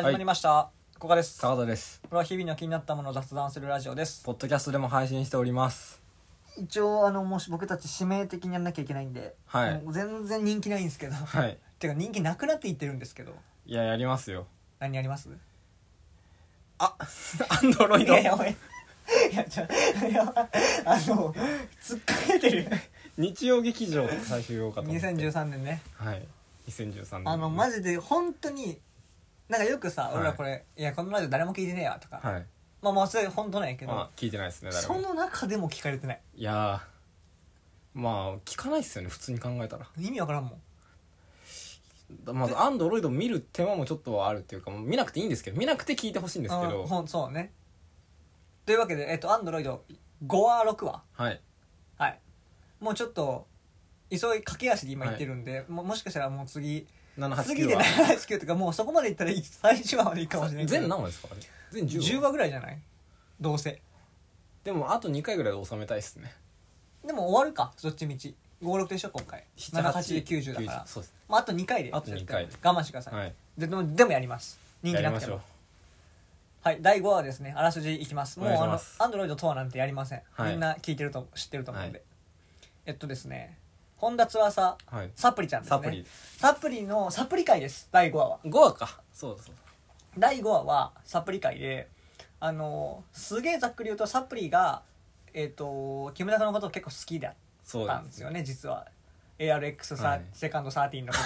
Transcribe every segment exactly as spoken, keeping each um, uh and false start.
始まりました、ここです。 川田です。 これは日々の気になったものを雑談するラジオです。 ポッドキャストでも配信しております。 一応あのもし僕たち指名的にやんなきゃいけないんで、 はい、 もう全然人気ないんですけど、 はい、 てか人気なくなっていってるんですけど。 いややりますよ。 何やります？ あアンドロイド。 いやいやおいいやちょいやあの突っかけてる日曜劇場って最初言おうかと思って。 にせんじゅうさんねんね。 はい、にせんじゅうさんねん。 あのマジで本当になんかよくさ、 はい、 俺らこれいやこのラジオ誰も聞いてねえやとか、 はい、 まあまあそれ本当なんやけど、 まあ、聞いてないですね誰も。 その中でも聞かれてない。 いやまあ聞かないっすよね普通に考えたら。 意味わからんもん。 まずアンドロイド見る手間もちょっとあるっていうか、見なくていいんですけど、見なくて聞いてほしいんですけど、 ほんそうね。というわけで、えっと、アンドロイドごわろくわ、 はいはい、もうちょっと急い駆け足で今言ってるんで、はい、も, もしかしたらもう次ななはちきゅう次でななはちきゅうとかもうそこまでいったら最終話までいいかもしれないけど、 全何話ですかあれ？全じゅうわ。 じゅうわぐらいじゃない？どうせ。 でもあとにかいぐらいで収めたいっすね。 でも終わるかどっちみちごろくでしょ今回。ななはちできゅうじゅうだから、 そうです、 まあ、あとにかいであとにかいで我慢してください、 はい、 で, で, もでもやります。人気なくてもやりましょう。 はい、だいごわはですね、あらすじいきます。もうあのアンドロイドとはなんてやりません、はい、みんな聞いてると知ってると思うんで、はい、えっとですね本田翼、はい、サプリちゃんですね。サプリサプリのサプリ会です。だいごわはごわか。そうだそうだだいごわはサプリ会で、あのすげえざっくり言うとサプリがえっ、ー、とキムタクのことを結構好きだったんですよね、ね実は エーアールエックス、はい、セカンドじゅうさんのこと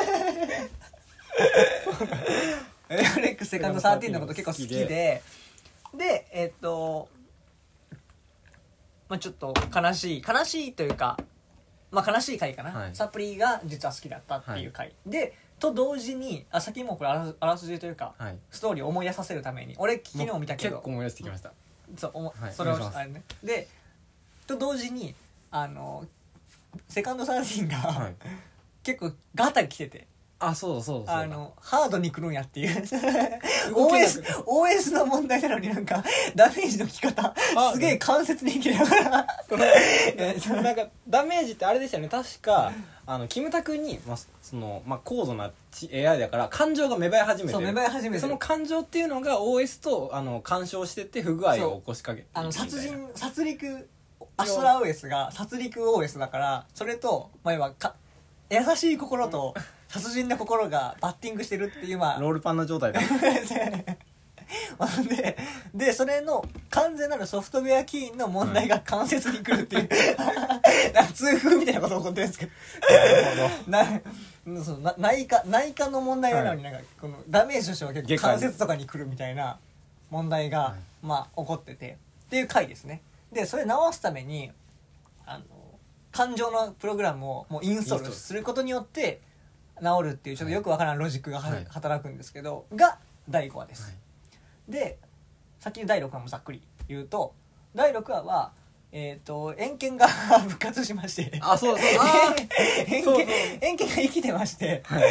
エーアールエックス セカンドじゅうさんのこと結構好きで、でえっ、ー、とまあちょっと悲しい悲しいというか、まあ悲しい回かな、はい、サプリが実は好きだったっていう回、はい、でと同時にあ先もこれあ ら, あらすじというか、はい、ストーリーを思い出させるために俺昨日見たけど結構思い出してきました。 そうおも、はい、それをあれねでと同時にあのセカンドじゅうさんが、はい、結構ガタリ来てて、 あそうだそうだそうだ、 あのハードに来るんやっていう オーエス, オーエス の問題なのになんかダメージの効き方すげえ関節にいけながらなんかダメージってあれでしたよね確か。あのキムタクに、まあそのまあ、高度な エーアイ だから感情が芽生え始めてる。 そう芽生え始めてる。 その感情っていうのが オーエス とあの干渉してって不具合を起こしかけてあの殺人殺戮アストラ オーエス が殺戮 オーエス だから、それと、まあ、要はか優しい心と殺人の心がバッティングしてるっていう、まあ、 ロールパンの状態だで, でそれの完全なるソフトウェア起因の問題が関節に来るっていう、うん、なんか痛風みたいなこと起こってるんですけどなるほど。 な, そうな内科内科の問題なのになんか、はい、このダメージとしては結構関節とかに来るみたいな問題が、はい、まあ起こっててっていう回ですね。でそれ直すためにあの感情のプログラムをもうインストールすることによって治るっていうちょっとよくわからんロジックが、はい、働くんですけどがだいごわです、はい、で先にだいろくわもざっくり言うとだいろくわはえー、とエンケンが復活しましてあそうそうエンケンエンケンが生きてまして、はい、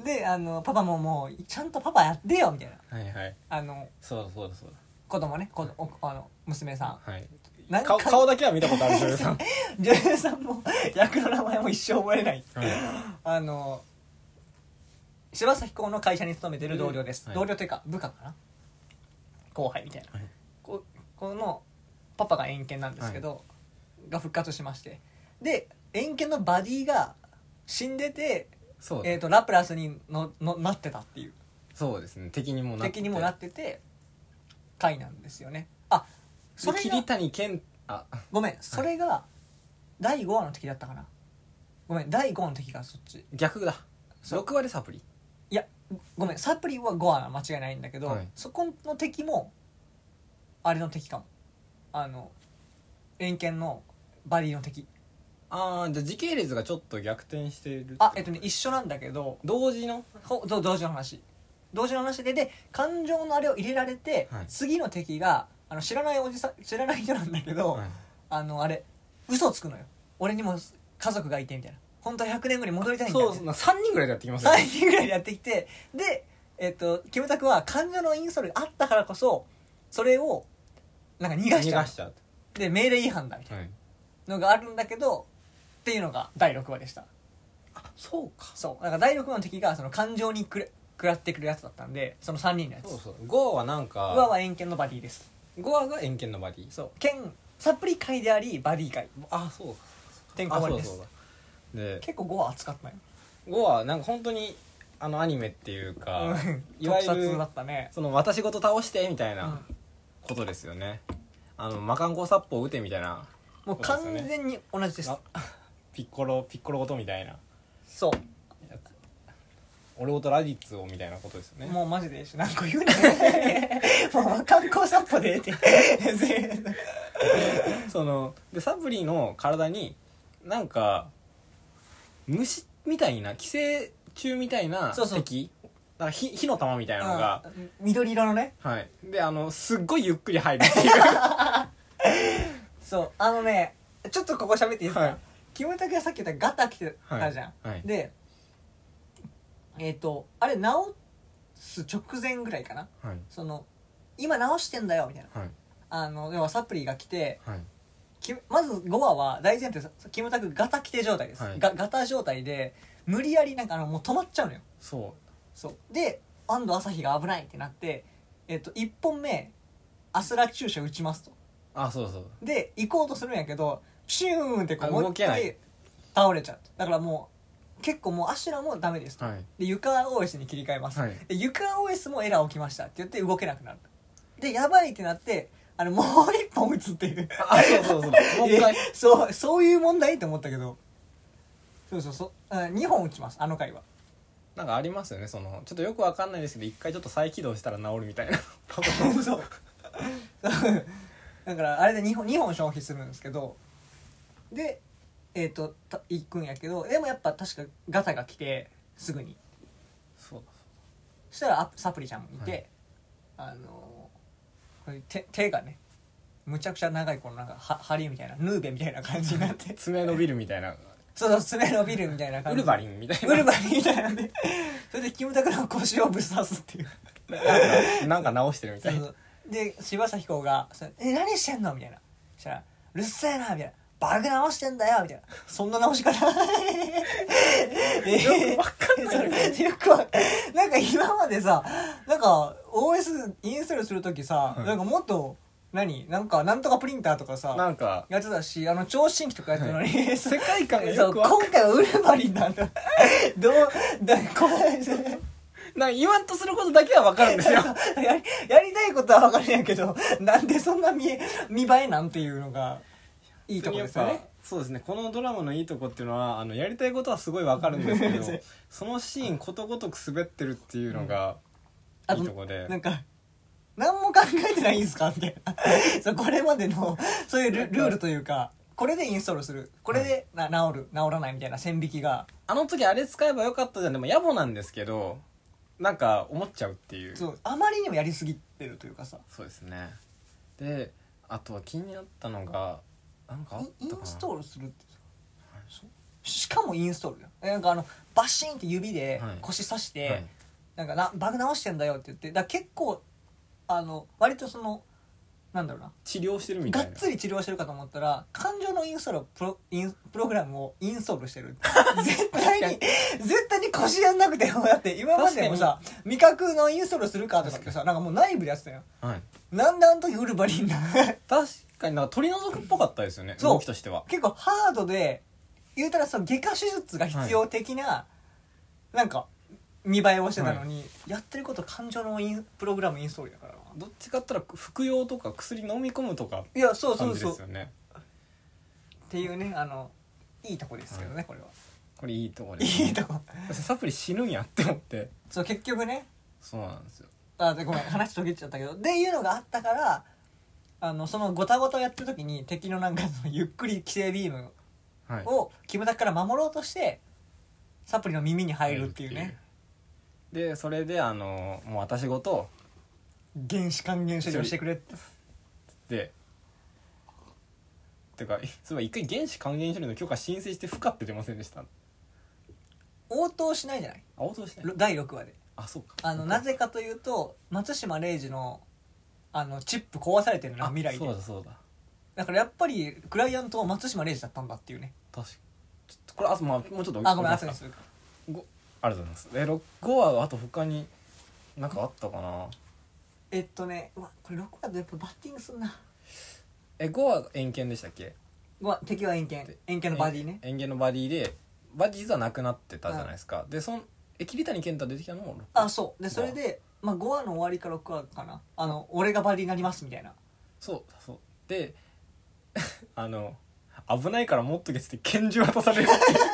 であのパパももうちゃんとパパやってよみたいな、はいはい、あのそうだそうだそうだ子供ね子あの娘さん、はい、 なんか 顔, 顔だけは見たことある女優さん女優さんも役の名前も一生覚えない、はい、あの柴咲コウの会社に勤めてる同僚です、はい、同僚というか部下かな後輩みたいな、はい、こ, このパパがエンケンなんですけど、はい、が復活しまして、でエンケンのバディが死んでて、えー、とラプラスにののなってたっていう。 そうですね敵にもなってて敵にもなってて回なんですよね。あそれが桐谷健あごめんそれがだいごわの敵だったかな。ごめんだいごわの敵がそっち逆だ。ろくわでサプリ。 いやごめんサプリはごわは間違いないんだけど、はい、そこの敵もあれの敵かも。あのエンケンのバディの敵。 ああじゃあ時系列がちょっと逆転してる。 あえっとね一緒なんだけど同時のほ同時の話同時の話でで感情のあれを入れられて、はい、次の敵があの知らないおじさん知らない人なんだけど、はい、あのあれ嘘をつくのよ。俺にも家族がいてみたいな本当はひゃくねんごに戻りたいんだよ。 そうそうさんにんぐらいでやってきますよね。 さんにんぐらいでやってきてでえっとキムタクは感情のインストールがあったからこそそれをなんか逃がしちゃう。 逃がしちゃうで命令違反だみたいなのがあるんだけど、はい、っていうのがだいろくわでした。 あそうか。 そうだからだいろくわの敵がその感情にくれ食らってくるやつだったんで、そのさんにんのやつ。 そうそうゴアはなんかゴアは円形のバディです。 ゴアが円形のバディ。 そう剣サプリ界でありバディ界、 あそうてんこ盛りです。 あそうだそうだで結構ゴア熱かったよ。 ゴアはなんか本当にあのアニメっていうか、 うん、 いわゆ特撮るだったね。 その私ごと倒してみたいうんなことですよね。あの魔漢光殺法を撃てみたいなもう完全に同じです。 あピッコロピッコロごとみたいなそうやつ、俺ごとラディッツをみたいなことですよね。 もうマジでいいし何個言うなもう観光散歩でええてそのでサプリの体になんか虫みたいな寄生虫みたいなそうそう敵だから火火の玉みたいなのが、 うん、緑色のね、 はいであのすっごいゆっくり入るっていうそうあのねちょっとここ喋っていいですか、 はい、 キムタクがさっき言ったガタ来てたじゃん、 はいはい、 でえっ、ー、とあれ直す直前ぐらいかな、 はい、 その今直してんだよみたいな、 はい、 あの要はサプリが来て、 はい、 きまずごわは大前提キムタクガタ来て状態です、 はい、 ガガタ状態で無理やりなんかあのもう止まっちゃうのよ。 そうそうで安藤朝日が危ないってなって、えっと、いっぽんめアスラ注射打ちますと。 あそうそうで行こうとするんやけどピューンってこう動けない、 倒れちゃう。だからもう結構もうアシュラもダメですと、はい、で床 オーエス に切り替えます、はい、で床 オーエス もエラー起きましたって言って動けなくなる。でやばいってなってあのもう一本打つっていうあそうそうそうもう一回そうそういう問題って思ったけどそうそうそうにほん打ちますあの回は。 なんかありますよねそのちょっとよくわかんないですけど一回ちょっと再起動したら治るみたいなそうだからあれでにほんにほん消費するんですけどでえっ、ー、と行くんやけどでもやっぱ確かガタが来てすぐにそうだそしたらサプリちゃんもいて、はい、あのこれ 手, 手がねむちゃくちゃ長いこのなんか針みたいなヌーベみたいな感じになって爪伸びるみたいなそうそう爪伸びるみたいな感じウルヴァリンみたいなウルヴァリンみたいなんでそれでキムタクの腰をぶっ刺すっていうなんか直してるみたいな。 そうそうで柴咲コウが「え何してんの?」みたいなそしたら「うるせえな」みたいな「バグ直してんだよ」みたいなそんな直し方よくわかんないよくわかんないなんか今までさなんか オーエス インストールするときさ、はい、なんかもっと何なんかなんとかプリンターとかさなんかやってたしあの聴診器とかやってるのに、はい、 世界観がよくわかんない今回はウルヴァリンなんだどうだこれなんか言わんとすることだけは分かるんですよやり、やりたいことは分かるんやけどなんでそんな見え見栄えなんていうのがいいとこですよね。 そうですねこのドラマのいいとこっていうのはあのやりたいことはすごい分かるんですけどそのシーンことごとく滑ってるっていうのがいいとこで、 なんか何も考えてないんすかみたいなそうこれまでのそういうル、ルールというかこれでインストールするこれでな治る治らないみたいな線引きがあの時あれ使えばよかったじゃん。でも野暮なんですけどなんか思っちゃうっていうそうあまりにもやりすぎてるというかさそうですね。であとは気になったのがなんかあったかなインストールするって、はい、しかもインストールやなんかあのバシーンって指で腰刺して、はいはい、なんかなバグ直してんだよって言ってだから結構あの割とそのなんだろうな治療してるみたいながっつり治療してるかと思ったら感情のインストールプロインプログラムをインストールしてる絶対に絶対に腰やんなくてもだって今までもさ味覚のインストールするかとかってさなんかもう内部でやってたよ、はい、なんであの時ウルヴァリンな確かになんか取り除くっぽかったですよね動きとしては結構ハードで言うたらその外科手術が必要的な、はい、なんか見栄えをしてたのに、はい、やってること感情のインプログラムインストールだからなどっちかって言ったら服用とか薬飲み込むとかいやそうそうそう感じですよねっていうねあのいいとこですけどね、はい、これはこれいいとこです、ね、 いいとこサプリ死ぬんやって思ってそう結局ねそうなんですよあでごめん話途切っちゃったけどっていうのがあったからあのそのゴタゴタやってる時に敵のなんかそのゆっくり規制ビームをキムタクから守ろうとしてサプリの耳に入るっていうねでそれであのもう私ごと原子還元処理をしてくれってでてかそういえば一回原子還元処理の許可申請して不可って出ませんでした応答しないじゃないあ応答しないだいろくわであそうかあのなぜかというと松島玲二のあのチップ壊されてるの未来でそうだそうだだからやっぱりクライアントは松島玲二だったんだっていうね確かちょっとこれあ、まあ、もうちょっとあごめん後にするかありがとうございます。えろごわあと他に何かあったかな。 えっとねうわこれろくわだとやっぱバッティングすんな。 えごは円形でしたっけ。 ごわ敵は円形円形のバディね。 円形のバディでバディ実はなくなってたじゃないですか、うん、でそのえ桐谷健太出てきたのもろくわ。 あそうでそれで、まあ、ごわの終わりかろくわかな、あの俺がバディになりますみたいな。 そうそうであの危ないから持っとけっつって拳銃渡される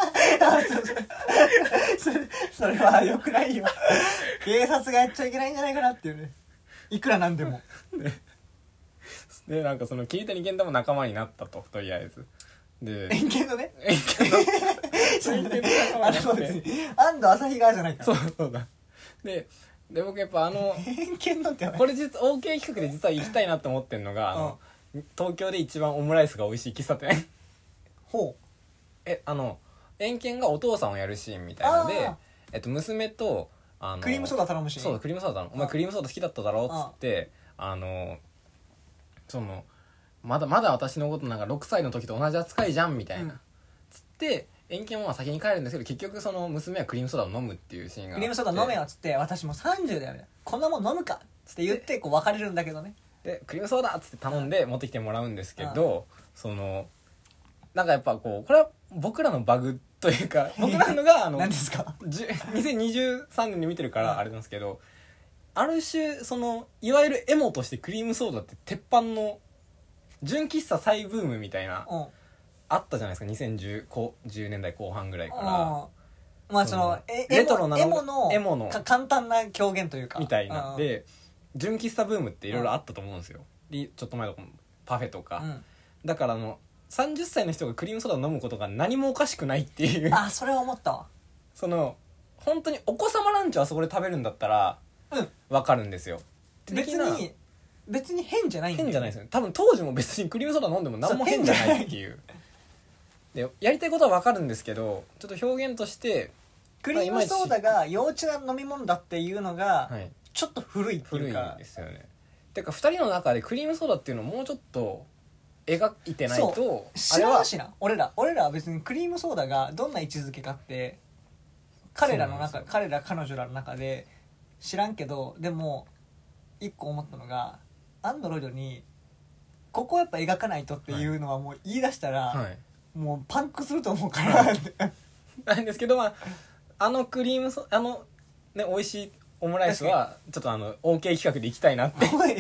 それそれは良くないよ警察がやっちゃいけないんじゃないかなっていうね、いくらなんでもでなんかその桐谷健太も仲間になったと、とりあえずで円形のね円形のそれであの別に安藤旭川じゃないから。 そうそうだでで僕やっぱあの円形のってこれ実 OK 企画で実は行きたいなと思ってるのが、あの東京で一番オムライスが美味しい喫茶店ほうえあの円健がお父さんをやるシーンみたいなので、えっと、娘とあのクリームソーダ頼むし、 そうクリームソーダ頼むお前クリームソーダ好きだっただろっつってあのそのまだまだ私のことなんかろくさいの時と同じ扱いじゃんみたいな、うん、つって円健も先に帰るんですけど結局その娘はクリームソーダを飲むっていうシーンがあって、 クリームソーダ飲めよっつって私もうさんじゅうだよねこんなもん飲むかっつって言ってこう別れるんだけどね。 でクリームソーダっつって頼んで持ってきてもらうんですけど、そのなんかやっぱこうこれは僕らのバグというか僕らのがあの何ですかにせんにじゅうさんねんに見てるからあれなんですけど、ある種そのいわゆるエモとしてクリームソーダって鉄板の純喫茶再ブームみたいな、うん、あったじゃないですかにせんじゅうねんだいこう半ぐらいから、 まあそのえレトロなのエモのエモの簡単な表現というかみたいなで純喫茶ブームっていろいろあったと思うんですよ、うん、ちょっと前とかもパフェとか、うん、だからあのさんじゅっさいの人がクリームソーダを飲むことが何もおかしくないっていうあそれは思ったわ。 その本当にお子様ランチをあそこで食べるんだったら、うん、分かるんですよ。 別に別に変じゃないんだよ、 変じゃないですよね。多分当時も別にクリームソーダ飲んでも何も変じゃないっていうでやりたいことは分かるんですけどちょっと表現としてクリームソーダが幼稚な飲み物だっていうのが、はい、ちょっと古いっていうか古いですよね。てかふたりの中でクリームソーダっていうのをもうちょっと描いてないと知らんしな俺ら俺らは別にクリームソーダがどんな位置づけかって彼らの中彼ら彼女らの中で知らんけど、でも一個思ったのがアンドロイドにここやっぱ描かないとっていうのはもう言い出したら、はい、もうパンクすると思うからなんですけど、まあ、あのクリームソあのね美味しいオムライスはちょっとあの OK 企画で行きたいなって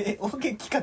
OK 企画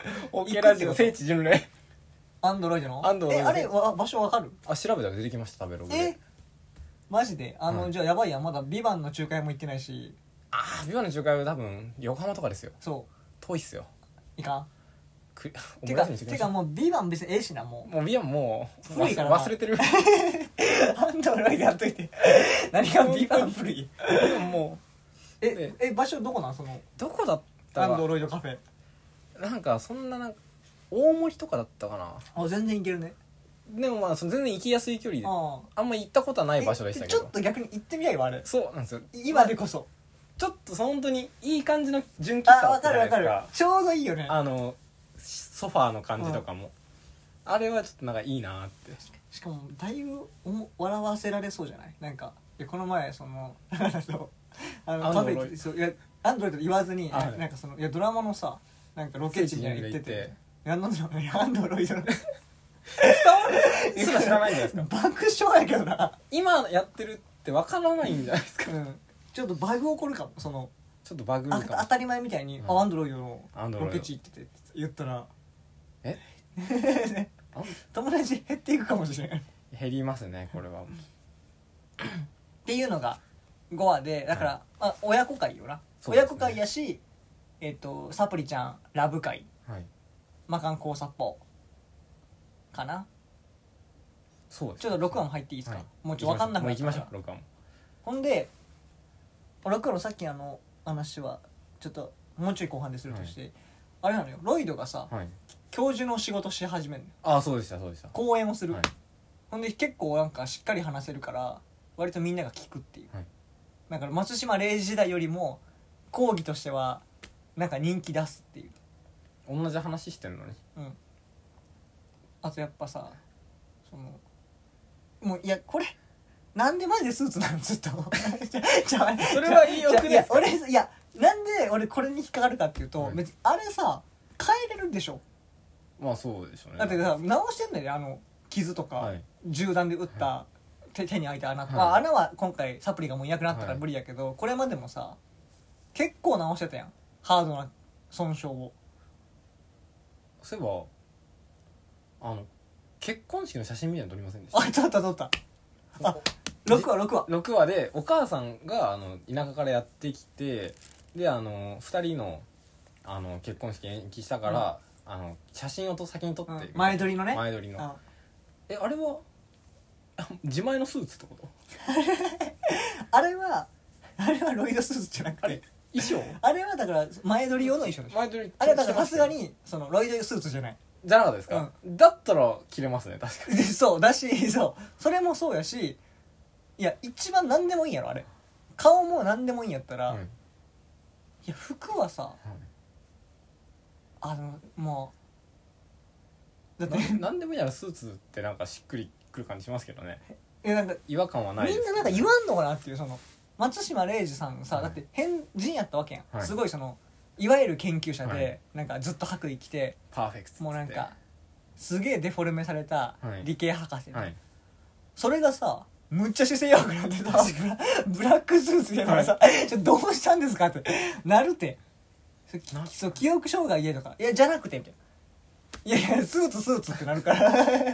OK ラジオ聖地巡礼アンドロイドのアンドロイドえあれわ場所わかる？ あ調べたら出てきました食べログで。 えマジであの、 はい、 じゃあやばいやんまだビバンの仲介も行ってないし。 ああビバンの仲介は多分横浜とかですよ。 そう遠いっすよ。 いかんくてかてかもうビバン別にええしなもうもうビバンもう古いから忘れてるアンドロイドやっといて何がビバン古いもうええ場所どこなんそのどこだったアンドロイドカフェなんかそんななんか大森とかだったかなあ全然行けるね。 でもまあその全然行きやすい距離で あ, あんま行ったことはない場所でしたけどちょっと逆に行ってみたいわあれ。 そうなんですよ今でこそちょっと本当にいい感じの純喫茶だったじゃないですか。あ分かる分かるちょうどいいよねあのソファーの感じとかもあれはちょっとなんかいいなってしかもだいぶおも笑わせられそうじゃないなんかこの前そのそうあのカフェそういやアンドロイド言わずに、はい、なんかそのいやドラマのさなんかロケ地みたいに行ってていやなんだろうねアンドロイドの伝わるすら知らないんじゃないですか爆笑やけどな今やってるってわからないんじゃないですか、うん、 ちょっとバグ起こるかもそのちょっとバグるかも当たり前みたいに、うん、あアンドロイドのロケ地行ってて言ったらえ友達減っていくかもしれない減りますねこれはっていうのがごわでだから、はい、あ親子会よな、ね、親子会やし、えー、とサプリちゃんラブ会、はい、マカンコウサッポかな。 そうです、 ちょっとろくわも入っていいですか、はい、もうちょっと分かんなくなったからもう行きましょうろくわも。 ほんでろくわのさっきあの話はちょっともうちょい後半でするとして、はい、あれなのよロイドがさ、はい、教授の仕事し始めるのよ。 ああそうでしたそうでした。 講演をする、はい、ほんで結構なんかしっかり話せるから割とみんなが聞くっていう、はい、だから松島零士時代よりも講義としてはなんか人気出すっていう。 同じ話してんのに。 うん。あとやっぱさそのもういやこれなんでマジでスーツなのずっとじゃじゃそれはいい欲ですか？ いや俺いやなんで俺これに引っかかるかっていうと、 はい別にあれさ変えれるでしょ。 まあそうでしょうね。 だってさ直してんだよね、あの傷とか、 はい、 銃弾で撃った、はい、手, 手に開いた穴、はい、まあ、穴は今回サプリがもういなくなったから無理やけど、はい、これまでもさ結構直してたやん、ハードな損傷を。 そういえばあの結婚式の写真みたいなの撮りませんでした？ あ、撮った撮った。あ、ろくわろくわろくわでお母さんがあの田舎からやってきて、であのふたりのあの結婚式延期したから、うん、あの写真をと先に撮って、うん、 前撮りのね、 前撮りの、えあれは自前のスーツってこと？ あれはあれはロイドスーツじゃなくて、あれ衣装？ あれはだから前撮り用の衣装でしょ。 前撮りあれはだからさすがにそのロイドスーツじゃないじゃなかったですか、うん、だったら着れますね確かに。 そうだし、そうそれもそうやし、いや一番何でもいいんやろあれ、顔も何でもいいんやったら、うん、いや服はさ、うん、あのもうだって何でもいいならスーツってなんかしっくりくる感じしますけどね。 えなんか違和感はないです、 みんななんか言わんのかなっていう、その松島玲児さんさ、はい、だって変人やったわけやん、はい、すごいそのいわゆる研究者で、はい、なんかずっと白衣着てパーフェクトもうなんかすげえデフォルメされた理系博士、 はい、 それがさむっちゃ姿勢良くなってさブラックスーツでさ、はい、ちょっとどうしたんですかってなるて、そう記憶障害家とかいやじゃなくてみたいな、いやいやスーツスーツってなるから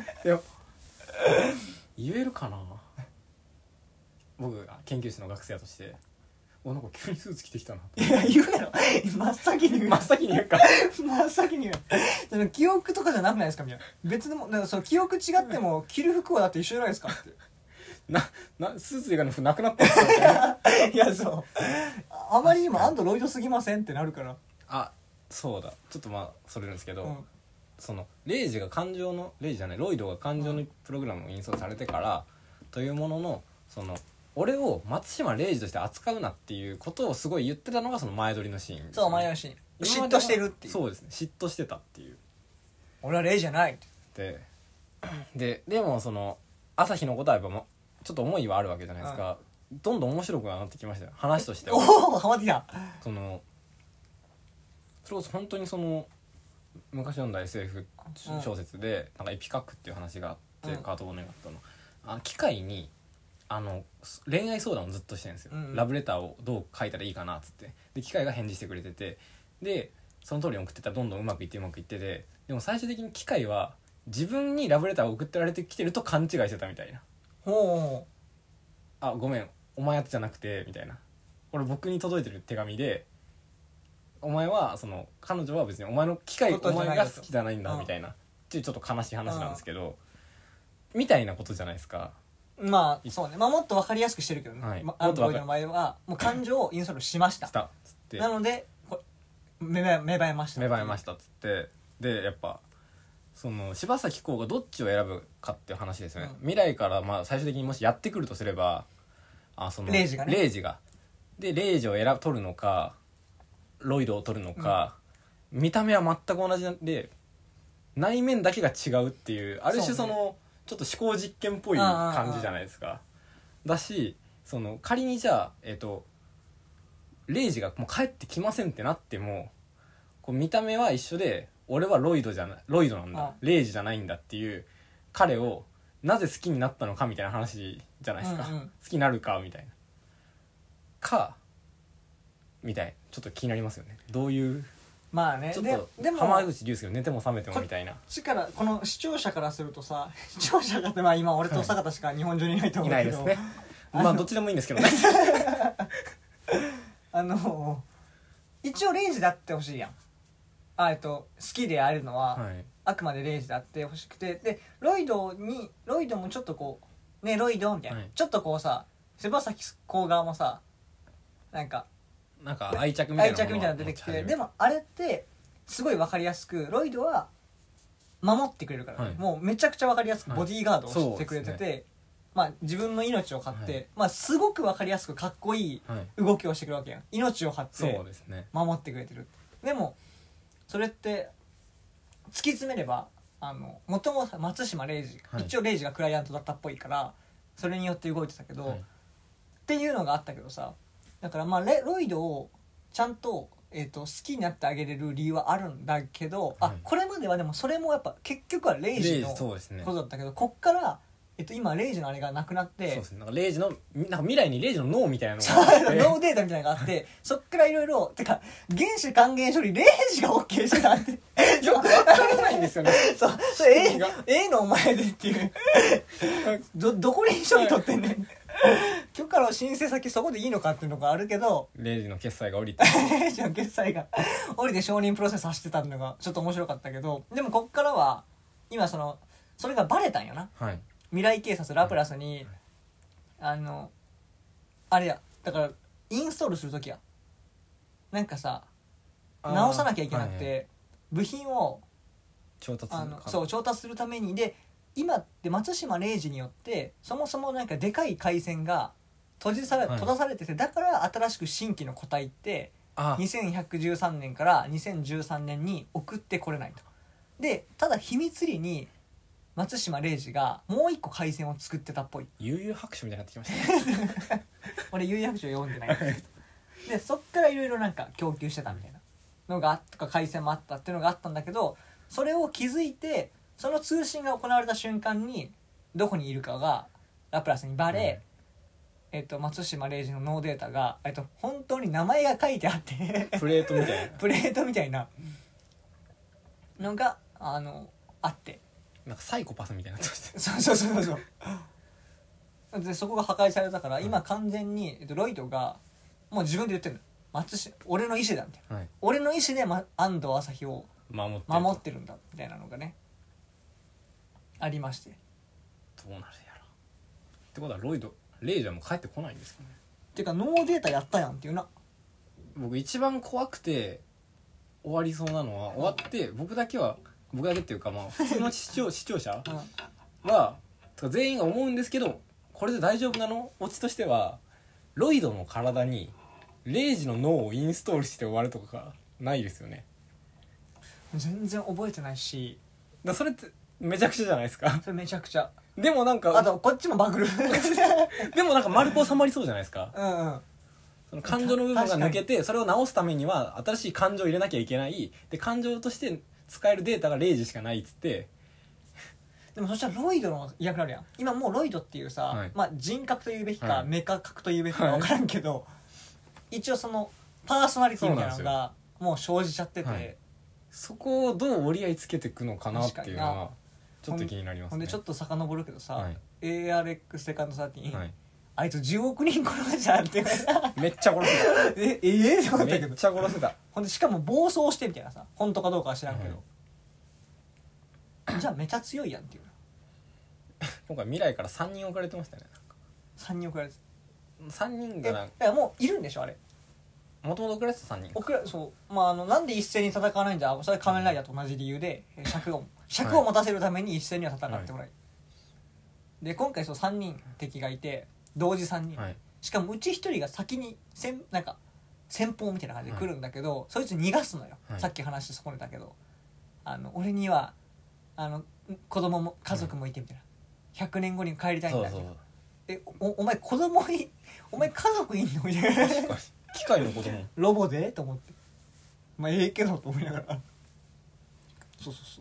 言えるかな僕が研究室の学生やとして、おなんか急にスーツ着てきたな。 いや言うやろ真っ先に言う真っ先に言うか真っ先に言うその記憶とかじゃなくないですかみたいな、別でもなんかその記憶違っても着る服はだって一緒じゃないですかってななスーツ以外の服なくなったんですかみたいないやそうあまりにもアンドロイドすぎませんってなるから。 あそうだちょっとまあそれるんですけど、うん、そのレイジが感情のレイジじゃないロイドが感情のプログラムをインストールされてから、うん、というもののその俺を松島レイジとして扱うなっていうことをすごい言ってたのがその前撮りのシーンです、ね、 そう前撮りのシーン、嫉妬してるっていう。 そうですね、嫉妬してたっていう、 俺はレイじゃないってででもその朝日のことはやっぱもちょっと思いはあるわけじゃないですか、うん、どんどん面白くなってきましたよ話としては。 おおハマってきた。 そのそれこそ本当にその昔読んだ エスエフ 小説で、うん、なんかエピカックっていう話があって、うん、カート・ボネガットのあの機械にあの恋愛相談をずっとしてるんですよ、うん、ラブレターをどう書いたらいいかなっつって、で機械が返事してくれてて、でその通りに送ってたらどんどんうまくいってうまくいってて、でも最終的に機械は自分にラブレターを送ってられてきてると勘違いしてたみたいな。 ほう、 あごめんお前やつじゃなくてみたいな、これ僕に届いてる手紙でお前はその彼女は別にお前の機械お前が好きじゃないんだみたいなっていうちょっと悲しい話なんですけど、みたいなことじゃないですか。 まあそうね、まあ、もっと分かりやすくしてるけどね、はい、アンドロイドの場合はもう感情をインストールしましたしたつってなのでこ芽生えました芽生えましたっつって、でやっぱその柴咲コウがどっちを選ぶかっていう話ですよね、うん、未来からまあ最終的にもしやってくるとすればあそのレイジがねレイジがでレイジを選取るのかロイドを取るのか、うん、見た目は全く同じなんで内面だけが違うっていうある種その、ね、ちょっと思考実験っぽい感じじゃないですか。だしその仮にじゃあえっとレイジがもう帰ってきませんってなってもこう見た目は一緒で俺はロイドじゃないロイドなんだレイジじゃないんだっていう彼をなぜ好きになったのかみたいな話じゃないですか、うんうん、好きになるかみたいなかみたいちょっと気になりますよね。どういうまあね、 ちょっとでも浜口竜介の寝ても覚めてもみたいなこっちからこの視聴者からするとさ視聴者がってまあ今俺と坂田しか日本中にいないと思うけど、 いないですねまあどっちでもいいんですけどねあの一応レイジであってほしいやん。あえっと好きであるのは、はい、あくまでレイジであってほしくて、でロイドにロイドもちょっとこうねロイドみたいな、はい、ちょっとこうさ柴咲コウ側もさなんかなんか愛着みたいな愛着みたいなの出てきて、でもあれってすごい分かりやすくロイドは守ってくれるから、ね、はい、もうめちゃくちゃ分かりやすくボディーガードをしてくれてて、はい、まあ、自分の命を張って、はい、まあ、すごく分かりやすくかっこいい動きをしてくるわけやん。命を張って守ってくれてる。でもそれって突き詰めればあの元々松島レイジ、はい、一応レイジがクライアントだったっぽいからそれによって動いてたけど、 はいっていうのがあったけどさ、だからまあレロイドをちゃんと、えー、と好きになってあげれる理由はあるんだけど、 はいあこれまではでもそれもやっぱ結局はレイジのレイジそうですねことだったけど、こっから、えっと、今レイジのあれがなくなっそうてですねなんかレイジのなんか未来にレイジの脳みたいなのそうがあってノーデータみたいなのがあってそっからいろいろてか原子還元処理レイジが OK してたってよくわからないんですよねそうそれ仕組みが A, A のお前でっていうどどこに処理取ってんねん今日から申請先そこでいいのかっていうのがあるけどレイジの決済が降りてレイジの決済が降りて承認プロセス走ってたのがちょっと面白かったけど、でもこっからは今そのそれがバレたんよな。 はい未来警察ラプラスに、あのあれやだからインストールするときやなんかさ直さなきゃいけなくて、 はいはい部品を調達あのそう調達するためにで今って松島レイジによってそもそもなんかでかい回線が閉じされ、 はい閉ざされてて、だから新しく新規の個体ってあにせんひゃくじゅうさんねんからにせんじゅうさんねんに送ってこれないと。でただ秘密裏に松島レイジがもう一個回線を作ってたっぽい。 悠々白書みたいになってきましたね俺有役所読んでないんですけどでそっからいろいろなんか供給してたみたいなのがとか回線もあったっていうのがあったんだけど、それを気づいてその通信が行われた瞬間にどこにいるかがラプラスにバレ、うんえっと、松島レイジの脳データが、えっと、本当に名前が書いてあってプレートみたいなプレートみたいなのがあのあってなんかサイコパスみたいになってましたそうそうそうそうでそこが破壊されたから今完全に、えっと、ロイドがもう自分で言ってるの松島俺の意思だみたいな、 はい俺の意思で、ま、安藤朝日を守ってると守ってるんだみたいなのがねありまして、 どうなるやらってことはロイドレイジはもう帰ってこないんですかね。 ていうかノーデータやったやんっていうな。 僕一番怖くて終わりそうなのは終わって僕だけは僕だけっていうかまあ普通の視聴視聴者うんはとか全員が思うんですけどこれで大丈夫なのオチとしてはロイドの体にレイジの脳をインストールして終わるとかないですよね。 全然覚えてないしだからそれってめちゃくちゃじゃないですか。 それめちゃくちゃでもなんかあとこっちもバグるでもなんか丸く収まりそうじゃないですか。 うんうんその感情の部分が抜けてそれを直すためには新しい感情を入れなきゃいけないで感情として使えるデータがレイジしかないっつってでもそしたらロイドのいなくなるやん。今もうロイドっていうさ、 はいまあ、人格というべきか、 はいメカ格というべきか分からんけど、一応そのパーソナリティみたいなのがもう生じちゃってて、 はいそこをどう折り合いつけていくのかなっていうのはちょっと気になりますね。 ほんでちょっと遡るけどさ、 はいエーアールエックス セカンドサーティーン、 はい、 あいつじゅうおくにん殺したっていうめっちゃ殺せえええって思ったためっけどちゃ殺せたほんでしかも暴走してみたいなさ本当かどうかは知らんけど、じゃあめちゃ強いやんっていう今回未来からさんにん送られてましたね。 さんにん送られてさんにんえがいやもういるんでしょあれもともと送られてたさんにん送らそうまああのなんで一斉に戦わないんだそれは仮面ライダーと同じ理由でえ尺を尺を持たせるために一斉には戦ってもらい、で今回そうさんにん敵がいて同時さんにん、 はいしかもうちひとりが先にせんなんか先方みたいな感じで来るんだけど、そいつ逃がすのよ、 はいさっき話して損ねたけどあの俺にはあの子供も家族もいてみたいな、ひゃくねんごに帰りたいんだけどそうそうえおお前子供いお前家族いんのみたいな確かに機械のこともロボでと思ってまあええけどと思いながらそうそうそう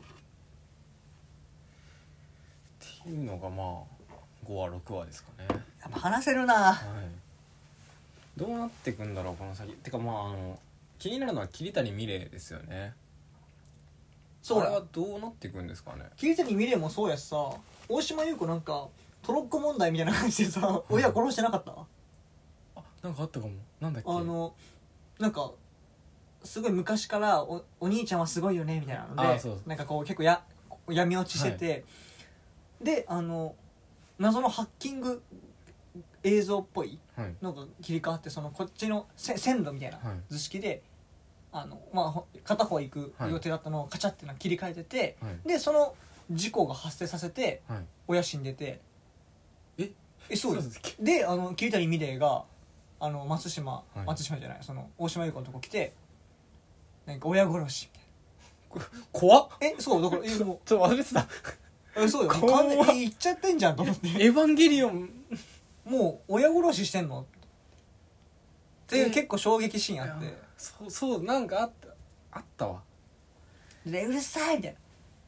っていうのがまあごわろくわですかね。 やっぱ話せるなはいどうなっていくんだろうこの先てかまああの気になるのは桐谷美玲ですよね。 そうあれはだどうなっていくんですかね。 桐谷美玲もそうやしさ大島優子なんかトロッコ問題みたいな感じでさ親殺してなかった、 あなんかあったかも。なんだっけあのなんかすごい昔からおお兄ちゃんはすごいよねみたいなのであそうそうなんかこう結構や闇落ちしてて、であの謎のハッキング映像っぽいはいのが切り替わってそのこっちのせ線路みたいなはい図式で、あのまあほ片方行く予定だったのをカチャってな切り替えてて、 はいでその事故が発生させてはい親死んでてええそうですですっけであの桐谷美玲があの松島、 はい松島じゃないその大島優子のとこ来てなんか親殺しみたい怖っなえそうだからえもうちょっと忘れてたえそうよもう怖っ完全にえ言っちゃってんじゃんと思ってエヴァンゲリオンもう親殺ししてんのっていうえ結構衝撃シーンあっいやてそうそうなんかあったあったわでうるさいみたいな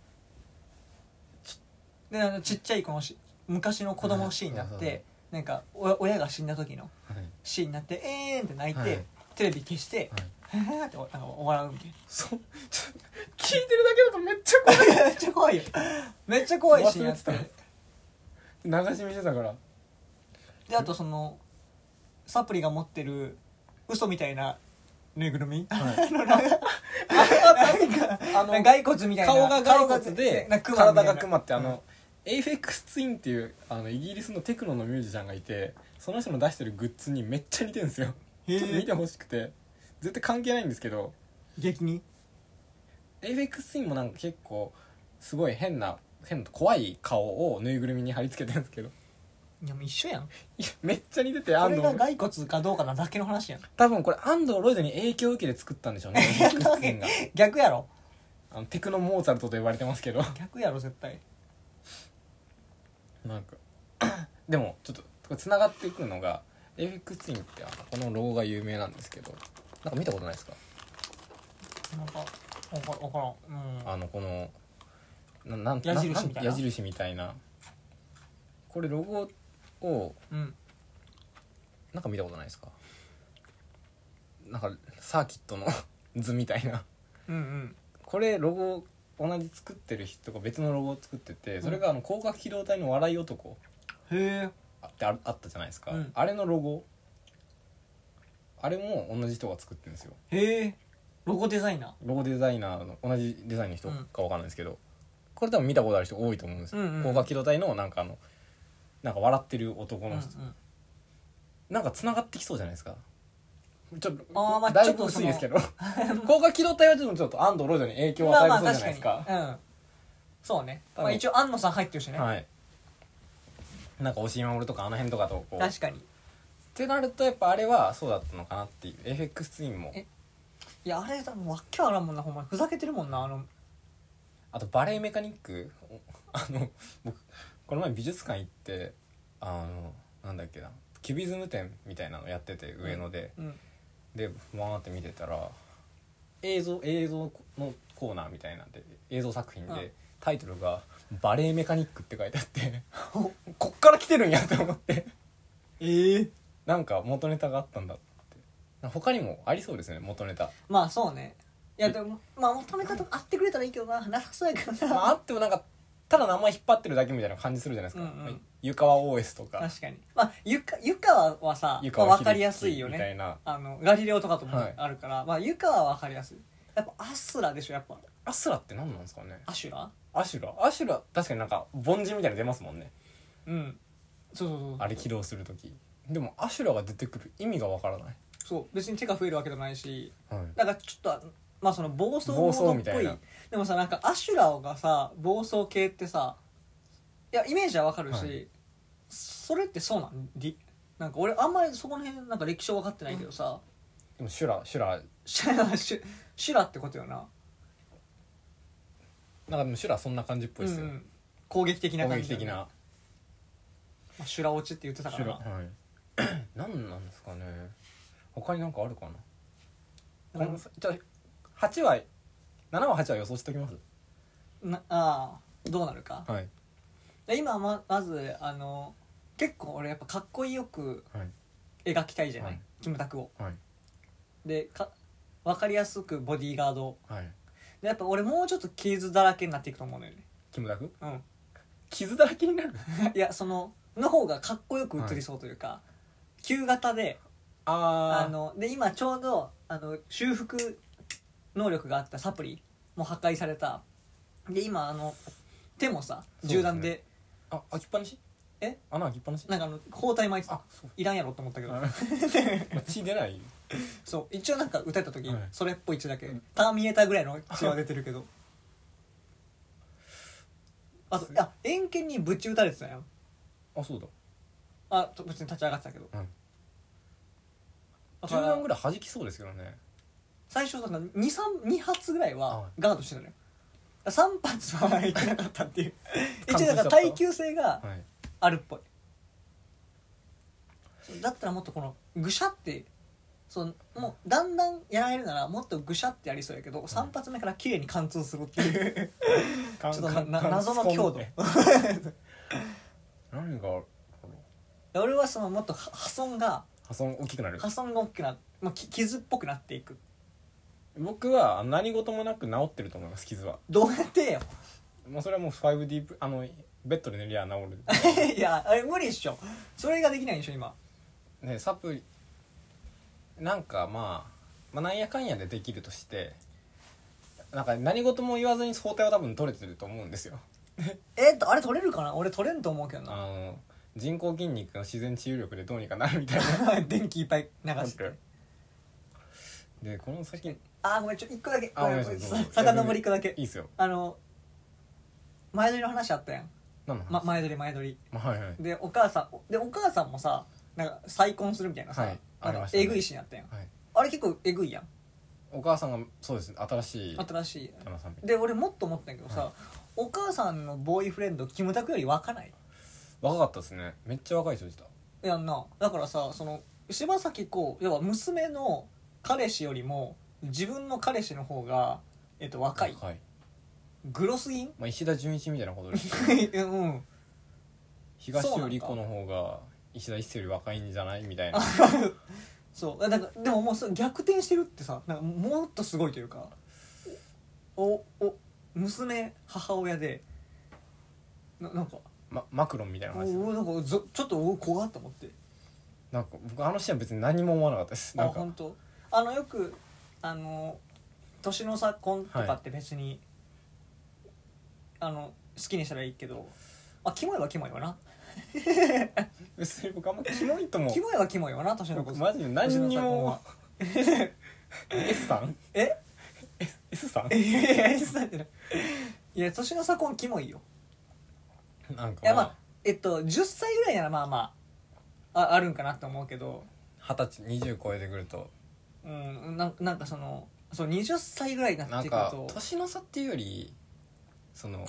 であのちっちゃいこのし昔の子供のシーンになっはいてなんかお親が死んだ時のはいシーンになってえーんって泣いて、 はいテレビ消してはいへーってなんか笑うみたいそうちょ聞いてるだけだとめっちゃ怖いなめっちゃ怖いよめっちゃ怖いシーンあって忘れてた流し見してたからであとそのサプリが持ってる嘘みたいなぬいぐるみ、 はいあのなんかあのなんか骸骨みたいな顔が骸骨でなんかクマみたいな体がクマってあの、エイフェックスツインっていうあのイギリスのテクノのミュージシャンがいてその人の出してるグッズにめっちゃ似てるんですよへーちょっと見てほしくて絶対関係ないんですけど激にエイフェックスツインもなんか結構すごい変な変な怖い顔をぬいぐるみに貼り付けてるんですけどいやもう一緒やんいやめっちゃ似ててこ安藤れが骸骨かどうかなだけの話やん多分これ安藤ロイドに影響を受けて作ったんでしょうねエイフェックスツインが逆やろあのテクノモーツァルトと呼ばれてますけど逆やろ絶対なんかでもちょっとこれ繋がってくるのがエイフェックスツインってあのこのロゴが有名なんですけどなんか見たことないですかなんか分からん分からんうんあのこのななん矢印みたいな矢印みたいなこれロゴをうんなんか見たことないですかなんかサーキットの図みたいなうんうんこれロゴ同じ作ってる人が別のロゴを作っててそれがあの広角機動隊の笑い男へえってああったじゃないですか、 うんあれのロゴあれも同じ人が作ってるんですよへえロゴデザイナーロゴデザイナーの同じデザインの人かわかんないですけど、これ多分見たことある人多いと思うんですよ、 うんうん広角機動隊のなんかあのなんか笑ってる男の人、 うんうんなんか繋がってきそうじゃないですかちょっとあーまあだいぶ薄いですけど広角機動隊はちょっとちょっと安藤ロイドに影響を与えるそうじゃないですか,、 まあまあ確かにうんそうね、 多分まあ、一応安野さん入ってるしね、 はいなんか押井守とかあの辺とかとこう確かにってなるとやっぱあれはそうだったのかなっていうエイフェックスツインもえいやあれ多分わっけわからんもんなほんまにふざけてるもんなあのあとバレエメカニックあの僕この前美術館行ってあのなんだっけなキュビズム展みたいなのやってて上野で、 うんでわーって見てたら映像映像のコーナーみたいなんで映像作品で、 うんタイトルがバレエメカニックって書いてあってこっから来てるんやと思ってええなんか元ネタがあったんだって他にもありそうですね元ネタまあそうねいやでもまあ求めたとこあってくれたらいいけどななさそうやけどな、 まああってもなんかただ名前引っ張ってるだけみたいな感じするじゃないですか、 うんうん湯川 オーエス とか確かにまあゆか湯川はさ、まあ、 湯川分かりやすいよみたねいなあのガリレオとかともはいあるから、まあ湯川は分かりやすいやっぱアスラでしょやっぱアスラって何なんですかねアシュラアシュラアシュラ確かになんか凡人みたいなの出ますもんねうんそうそうそうそうあれ起動するときでもアシュラが出てくる意味がわからない、 そう別に手が増えるわけでもないしはい、 だからちょっとまあその暴走モ暴走ードっぽいみたいなでもさなんかアシュラがさ暴走系ってさいやイメージはわかるし、 はいそれってそうなんりなんか俺あんまりそこの辺なんか歴史は分かってないけどさ、 でもシュラシュラシュラシュシュラってことよななんかでもシュラそんな感じっぽいですよ、 うんうん攻撃的な攻感じだよね撃的なまあ、シュラ落ちって言ってたかシュらなラはい何なんですかね他になんかあるかな、 うんこのじゃあはちわななわはちわ予想しておきますなああどうなるかはいで今ままずあの結構俺やっぱかっこよくはい描きたいじゃない、 はいキムタクをはいでか分かりやすくボディーガードはいでやっぱ俺もうちょっと傷だらけになっていくと思うのよねキムタクうん傷だらけになるいやそのの方がかっこよく映りそうというか、旧型であーあので今ちょうどあの修復能力があったサプリも破壊されたで今あの手もさそうですね銃弾であ開きっぱなしえ穴開きっぱなしなんかあの包帯巻いてたあそういらんやろと思ったけどあ血出ないそう一応なんか撃たれた時、 はいそれっぽい血だけ、 うんターミネーターぐらいの血は出てるけどあとあ円形にぶち撃たれてたよあそうだあと別に立ち上がってたけど、 うんだからじゅうだんぐらい弾きそうですけどね最初なんか に,さん に発ぐらいははいガードしてたのよさん発はいけなかったっていう一応貫通しちゃっただから耐久性がはいあるっぽい、だったらもっとこのぐしゃってそうもうだんだんやられるならもっとぐしゃってやりそうやけど、さん発目から綺麗に貫通するっていうちょっとなな謎の強度何がある俺はそのもっと破損が破損大きくなる。 破損が大きくなって、まあ、き傷っぽくなっていく。 僕は何事もなく治ってると思います。傷はどうやってよもうそれはもう ファイブディー プあのベッドで寝りゃ治るいやあれ無理っしょ、それができないんでしょ今。 ねサプリなんか、まあ、まあなんやかんやでできるとしてなんか何事も言わずに包帯は多分取れてると思うんですよえっとあれ取れるかな、俺取れんと思うけどあなの人工筋肉の自然治癒力でどうにかなるみたいな電気いっぱい流してでこの先あーごめんちょ一個だけあごめんなさいどうぞさ遡り一個だけいいっすよ。 あの前撮りの話あったやん、 何の話、 ま、前撮り前撮りまあはいはいでお母さんでお母さんもさなんか再婚するみたいなさ、 はいあなんりましたねかえぐいシーンあったやん、 はい、 あれ結構えぐいやん、 お母さんがそうですね新しい新しい旦那さんみたいで俺もっと思ったんやけどさ、 はいお母さんのボーイフレンドキムタクより若ない若かったですね。めっちゃ若い人でした。 やんな。だからさその柴咲コウ要は娘の彼氏よりも自分の彼氏の方が、えっと、若いはい、 グロすぎんまあ、石田純一みたいなことですうん東尾理子の方が石田一世より若いんじゃないみたいなそうだからでももうそれ逆転してるってさなんかもっとすごいというかおお娘母親でななんかま、マクロンみたいなお話です。 なんかぞちょっとお怖っと思って。 なんか僕あのシーンは別に何も思わなかったです。なんかあ本当あのよくあの年の差婚とかって別に、はい、あの好きにしたらいいけどあキモいはキモいわな別に僕あんまキモいともキモいはキモいわな年の子僕マジで何にもS さんえ S, S さんいやいや S さんってないいや年の差婚キモいよ。 なんか、 いやまあえっとじゅっさいぐらいならまあまあ あ, あるんかなと思うけど二十歳にじゅう超えてくるとうんななんかそのそうはたちぐらいにななんってくるとか年の差っていうよりその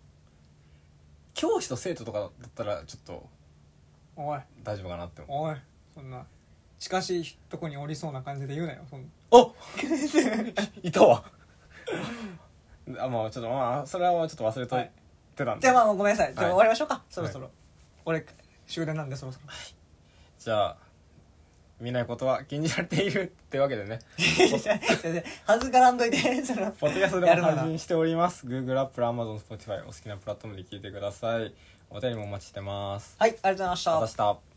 教師と生徒とかだったらちょっとおい大丈夫かなって思う。 おいそんな近しいとこにおりそうな感じで言うなよそんなおいたわあもうちょっとまあそれはちょっと忘れといてたんで、 じゃあまあごめんなさいじゃあはい終わりましょうか、そろそろ、俺終電なんでそろそろじゃあ見ないことは禁じられているってわけでね恥ずからんといてそのポッドキャストでやるならも配信しております。 Google、Apple、Amazon、Spotify お好きなプラットフォームで聞いてください。お便りもお待ちしてます。 はいありがとうございましたまた明日。